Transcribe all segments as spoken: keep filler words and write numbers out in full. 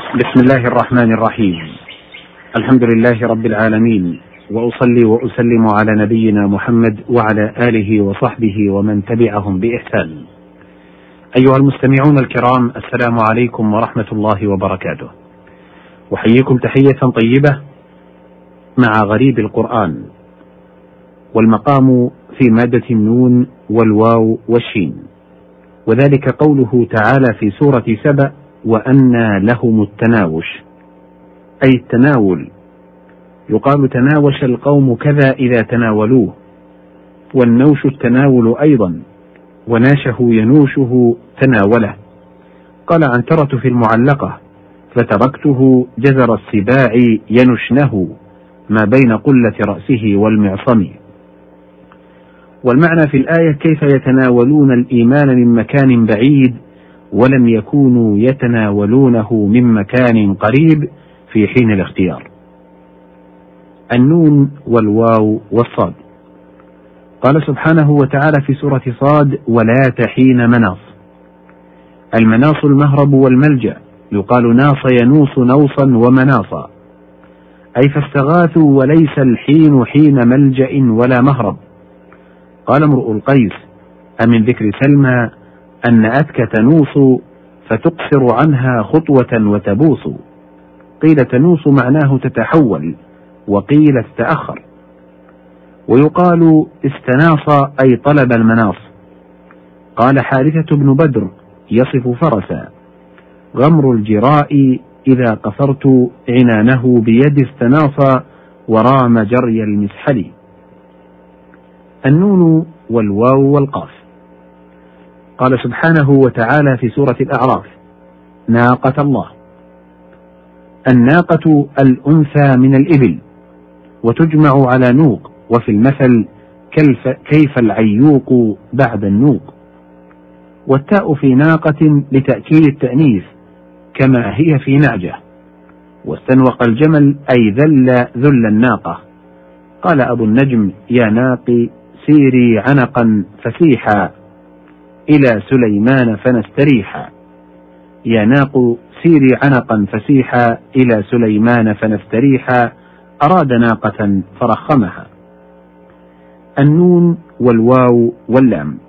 بسم الله الرحمن الرحيم. الحمد لله رب العالمين، وأصلي وأسلم على نبينا محمد وعلى آله وصحبه ومن تبعهم بإحسان. أيها المستمعون الكرام، السلام عليكم ورحمة الله وبركاته، وحييكم تحية طيبة مع غريب القرآن، والمقام في مادة النون والواو والشين، وذلك قوله تعالى في سورة سبأ: وأنى لهم التناوش، أي التناول. يقال تناوش القوم كذا إذا تناولوه، والنوش التناول أيضا، وناشه ينوشه تناوله. قال عنترة في المعلقة: فتركته جزر السباع ينشنه ما بين قلة رأسه والمعصم. والمعنى في الآية: كيف يتناولون الإيمان من مكان بعيد ولم يكونوا يتناولونه من مكان قريب في حين الاختيار. النون والواو والصاد. قال سبحانه وتعالى في سورة صاد: ولا حين مناص. المناص المهرب والملجأ، يقال ناص ينوص نوصا ومناصا، أي فاستغاثوا وليس الحين حين ملجأ ولا مهرب. قال امرؤ القيس: أمن ذكر سلمى أن أتك تنوص فتقصر عنها خطوة وتبوص. قيل تنوص معناه تتحول، وقيل تتأخر. ويقال استناص أي طلب المناص. قال حارثة بن بدر يصف فرسا: غمر الجراء إذا قصرت عنانه بيد استناص ورام جري المسحل. النون والواو والقاف. قال سبحانه وتعالى في سورة الأعراف: ناقة الله. الناقة الأنثى من الإبل، وتجمع على نوق، وفي المثل كيف العيوق بعد النوق. والتاء في ناقة لتأكيد التأنيث كما هي في نعجة. واستنوق الجمل أي ذل ذل الناقة. قال أبو النجم: يا ناقي سيري عنقا فسيحا إلى سليمان فنستريحا. يا ناق سيري عنقا فسيحا إلى سليمان فنستريحا، أراد ناقة فرخمها. النون والواو واللام.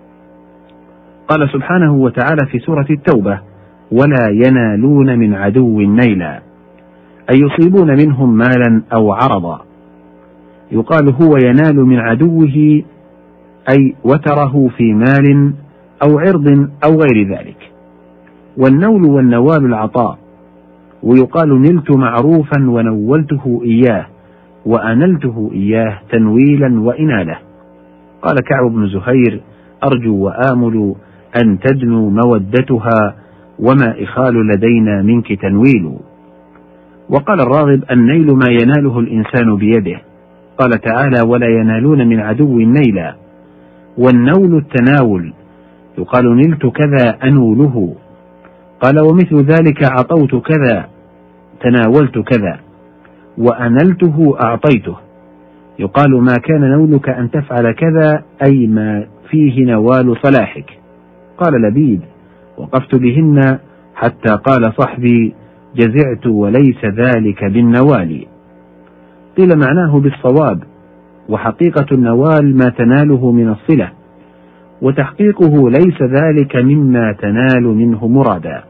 قال سبحانه وتعالى في سورة التوبة: ولا ينالون من عدو نيلا، أي يصيبون منهم مالا أو عرضا. يقال هو ينال من عدوه، أي وتره في مال أو عرض أو غير ذلك. والنول والنوال العطاء. ويقال نلت معروفا ونولته إياه، وأنلته إياه تنويلا وإناله. قال كعب بن زهير: أرجو وآمل أن تدنو مودتها، وما إخال لدينا منك تنويل. وقال الراغب: النيل ما يناله الإنسان بيده. قال تعالى: ولا ينالون من عدو نيلا. والنول التناول، يقال نلت كذا أنوله. قال: ومثل ذلك عطوت كذا تناولت كذا، وأنلته أعطيته. يقال ما كان نولك أن تفعل كذا، أي ما فيه نوال صلاحك. قال لبيد: وقفت بهن حتى قال صحبي: جزعت وليس ذلك بالنوال. قيل معناه بالصواب، وحقيقة النوال ما تناله من الصلة، وتحقيقه ليس ذلك مما تنال منه مرادا.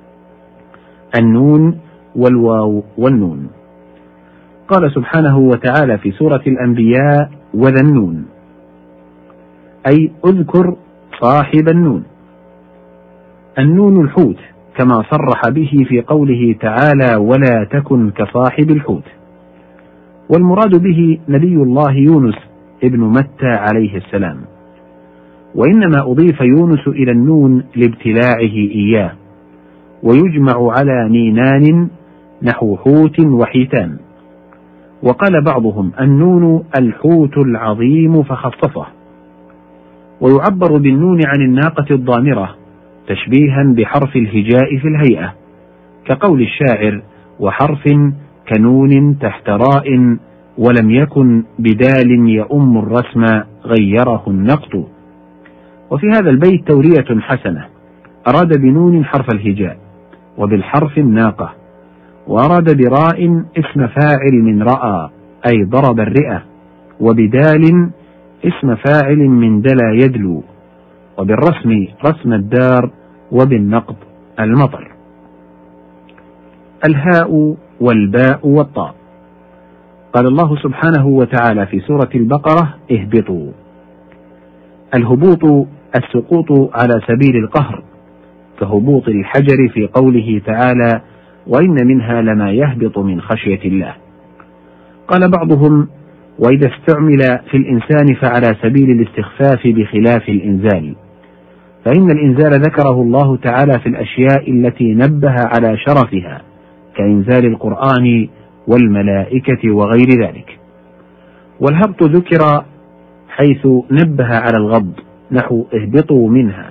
النون والواو والنون. قال سبحانه وتعالى في سورة الأنبياء: وذا النون، أي اذكر صاحب النون. النون الحوت، كما صرح به في قوله تعالى: ولا تكن كصاحب الحوت. والمراد به نبي الله يونس ابن متى عليه السلام. وإنما أضيف يونس إلى النون لابتلاعه إياه. ويجمع على نينان نحو حوت وحيتان. وقال بعضهم: النون الحوت العظيم فخصصه. ويعبر بالنون عن الناقة الضامرة تشبيها بحرف الهجاء في الهيئة، كقول الشاعر: وحرف كنون تحت راء، ولم يكن بدال يؤم الرسم غيره النقط. وفي هذا البيت تورية حسنة، أراد بنون حرف الهجاء، وبالحرف الناقة، وأراد براء اسم فاعل من رأى أي ضرب الرئة، وبدال اسم فاعل من دلا يدلو، وبالرسم رسم الدار، وبالنقض المطر. الهاء والباء والطاء. قال الله سبحانه وتعالى في سورة البقرة: اهبطوا. الهبوط السقوط على سبيل القهر، كهبوط الحجر في قوله تعالى: وإن منها لما يهبط من خشية الله. قال بعضهم: وإذا استعمل في الإنسان فعلى سبيل الاستخفاف بخلاف الإنزال، فإن الإنزال ذكره الله تعالى في الأشياء التي نبه على شرفها، كإنزال القرآن والملائكة وغير ذلك. والهبط ذكر حيث نبه على الغض، نحو اهبطوا منها.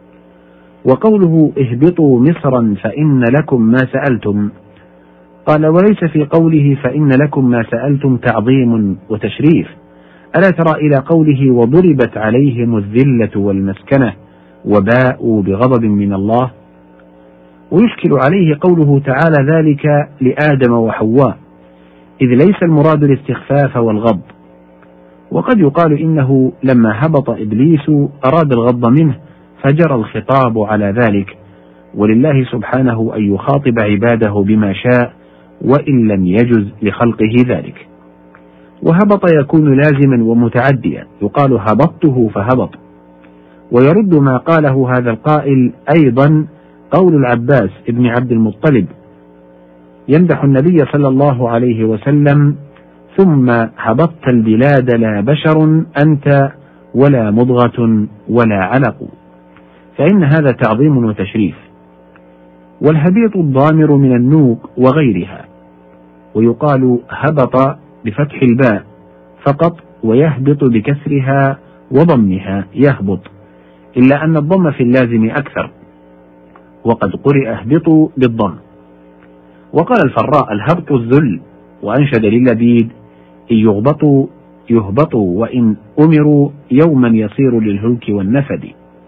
وقوله اهبطوا مصرا فإن لكم ما سألتم، قال: وليس في قوله فإن لكم ما سألتم تعظيم وتشريف، ألا ترى إلى قوله: وضربت عليهم الذلة والمسكنة وباءوا بغضب من الله. ويشكل عليه قوله تعالى ذلك لآدم وحواء، إذ ليس المراد الاستخفاف والغض. وقد يقال إنه لما هبط إبليس أراد الغض منه فجرى الخطاب على ذلك، ولله سبحانه أن يخاطب عباده بما شاء وإن لم يجز لخلقه ذلك. وهبط يكون لازما ومتعديا، يقال هبطته فهبط. ويرد ما قاله هذا القائل أيضا قول العباس ابن عبد المطلب يمدح النبي صلى الله عليه وسلم: ثم هبطت البلاد لا بشر أنت ولا مضغة ولا علق، فإن هذا تعظيم وتشريف. والهبيط الضامر من النوق وغيرها، ويقال هبط بفتح الباء فقط، ويهبط بكسرها وضمها يهبط، إلا أن الضم في اللازم أكثر، وقد قرئ اهبطوا بالضم. وقال الفراء: الهبط الذل. وأنشد للبيد: إن يغبطوا يهبطوا، وإن أمروا يوما يصير للهلك والنفد.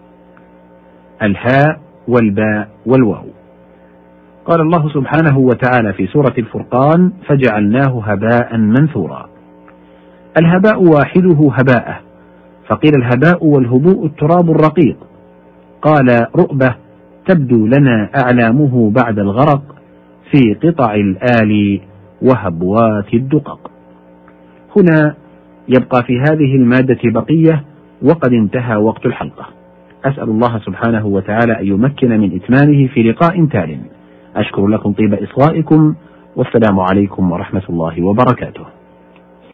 الهاء والباء والواو. قال الله سبحانه وتعالى في سورة الفرقان: فجعلناه هباء منثورا. الهباء واحده هباءه، فقيل الهباء والهبوء التراب الرقيق. قال رؤبة: تبدو لنا أعلامه بعد الغرق في قطع الآل وهبوات الدقق. هنا يبقى في هذه المادة بقية، وقد انتهى وقت الحلقة. أسأل الله سبحانه وتعالى أن يمكن من إتمامه في لقاء تال. أشكر لكم طيب إصغائكم، والسلام عليكم ورحمة الله وبركاته.